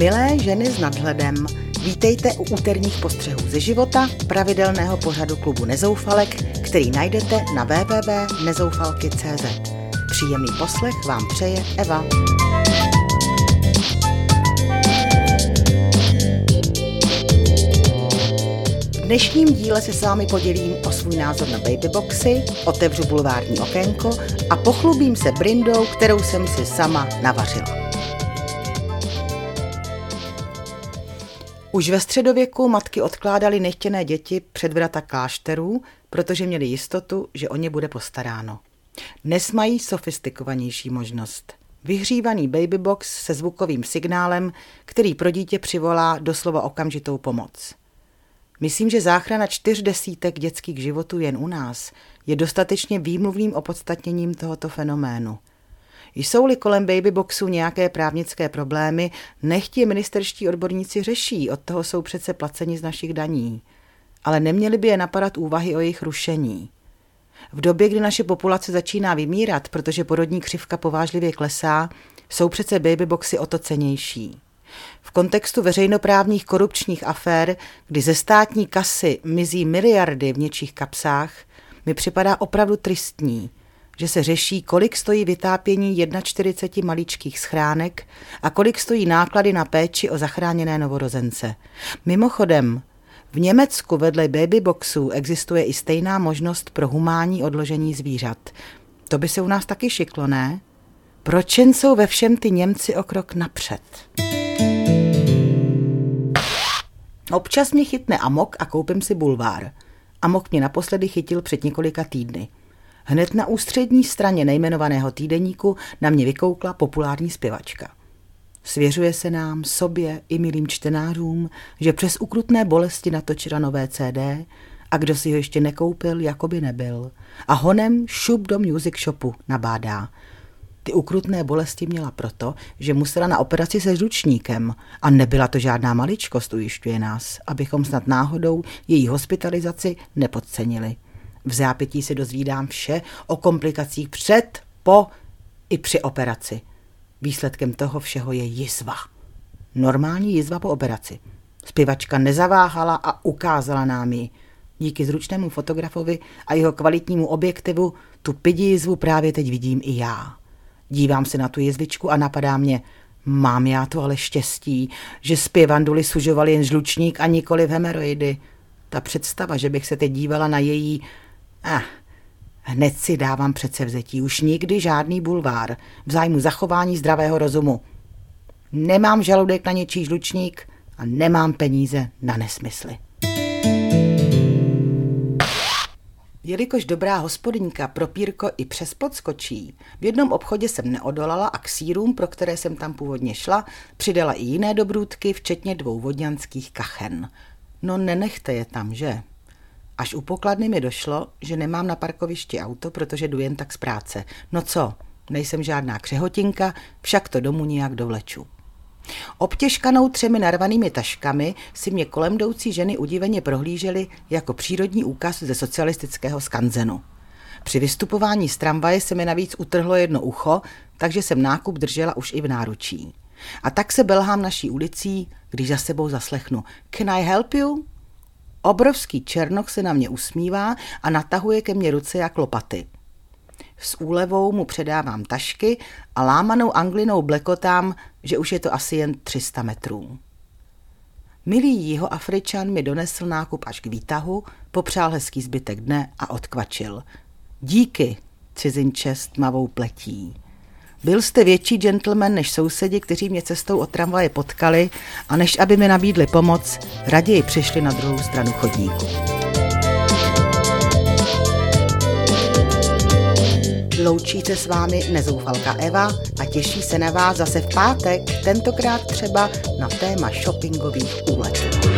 Milé ženy s nadhledem, vítejte u úterních postřehů ze života, pravidelného pořadu klubu Nezoufalek, který najdete na www.nezoufalky.cz. Příjemný poslech vám přeje Eva. V dnešním díle se s vámi podělím o svůj názor na babyboxy, otevřu bulvární okénko a pochlubím se brindou, kterou jsem si sama navařila. Už ve středověku matky odkládaly nechtěné děti před vrata klášterů, protože měly jistotu, že o ně bude postaráno. Dnes mají sofistikovanější možnost. Vyhřívaný babybox se zvukovým signálem, který pro dítě přivolá doslova okamžitou pomoc. Myslím, že záchrana 40 dětských životů jen u nás je dostatečně výmluvným opodstatněním tohoto fenoménu. Jsou-li kolem babyboxů nějaké právnické problémy, nechť je ministerští odborníci řeší, od toho jsou přece placeni z našich daní. Ale neměly by je napadat úvahy o jejich rušení. V době, kdy naše populace začíná vymírat, protože porodní křivka povážlivě klesá, jsou přece babyboxy o to cennější. V kontextu veřejnoprávních korupčních afér, kdy ze státní kasy mizí miliardy v něčích kapsách, mi připadá opravdu tristní, že se řeší, kolik stojí vytápění 41 maličkých schránek a kolik stojí náklady na péči o zachráněné novorozence. Mimochodem, v Německu vedle babyboxů existuje i stejná možnost pro humánní odložení zvířat. To by se u nás taky šiklo, ne? Proč jen jsou ve všem ty Němci o krok napřed? Občas mě chytne amok a koupím si bulvár. Amok mě naposledy chytil před několika týdny. Hned na ústřední straně nejmenovaného týdeníku na mě vykoukla populární zpěvačka. Svěřuje se nám, sobě i milým čtenářům, že přes ukrutné bolesti natočila nové CD a kdo si ho ještě nekoupil, jako by nebyl. A honem šup do music shopu nabádá. Ty ukrutné bolesti měla proto, že musela na operaci se žlučníkem a nebyla to žádná maličkost, ujišťuje nás, abychom snad náhodou její hospitalizaci nepodcenili. V zápětí se dozvídám vše o komplikacích před, po i při operaci. Výsledkem toho všeho je jizva. Normální jizva po operaci. Zpěvačka nezaváhala a ukázala nám ji. Díky zručnému fotografovi a jeho kvalitnímu objektivu tu pidi jizvu právě teď vidím i já. Dívám se na tu jizvičku a napadá mě, mám já to ale štěstí, že zpěvanduly sužovaly jen žlučník a nikoli hemeroidy. Ta představa, že bych se teď dívala na její... hned si dávám předsevzetí, už nikdy žádný bulvár, v zájmu zachování zdravého rozumu. Nemám žaludek na něčí žlučník a nemám peníze na nesmysly. Jelikož dobrá hospodyňka pro pírko i přes plot skočí, v jednom obchodě jsem neodolala a k sýrům, pro které jsem tam původně šla, přidala i jiné dobrůdky, včetně 2 vodňanských kachen. No nenechte je tam, že? Až u pokladny mi došlo, že nemám na parkovišti auto, protože jdu jen tak z práce. No co, nejsem žádná křehotinka, však to domů nijak dovleču. Obtěžkanou 3 narvanými taškami si mě kolem jdoucí ženy udiveně prohlížely jako přírodní úkaz ze socialistického skanzenu. Při vystupování z tramvaje se mi navíc utrhlo jedno ucho, takže jsem nákup držela už i v náručí. A tak se belhám naší ulicí, když za sebou zaslechnu Can I help you? Obrovský černoch se na mě usmívá a natahuje ke mně ruce jak lopaty. S úlevou mu předávám tašky a lámanou anglinou blekotám, že už je to asi jen 300 metrů. Milý Jihoafričan mi donesl nákup až k výtahu, popřál hezký zbytek dne a odkvačil. Díky, cizinče s tmavou pletí. Byl jste větší gentleman než sousedi, kteří mě cestou od tramvaje potkali a než aby mi nabídli pomoc, raději přišli na druhou stranu chodníku. Loučí se s vámi nezoufalka Eva a těší se na vás zase v pátek, tentokrát třeba na téma shoppingových úletů.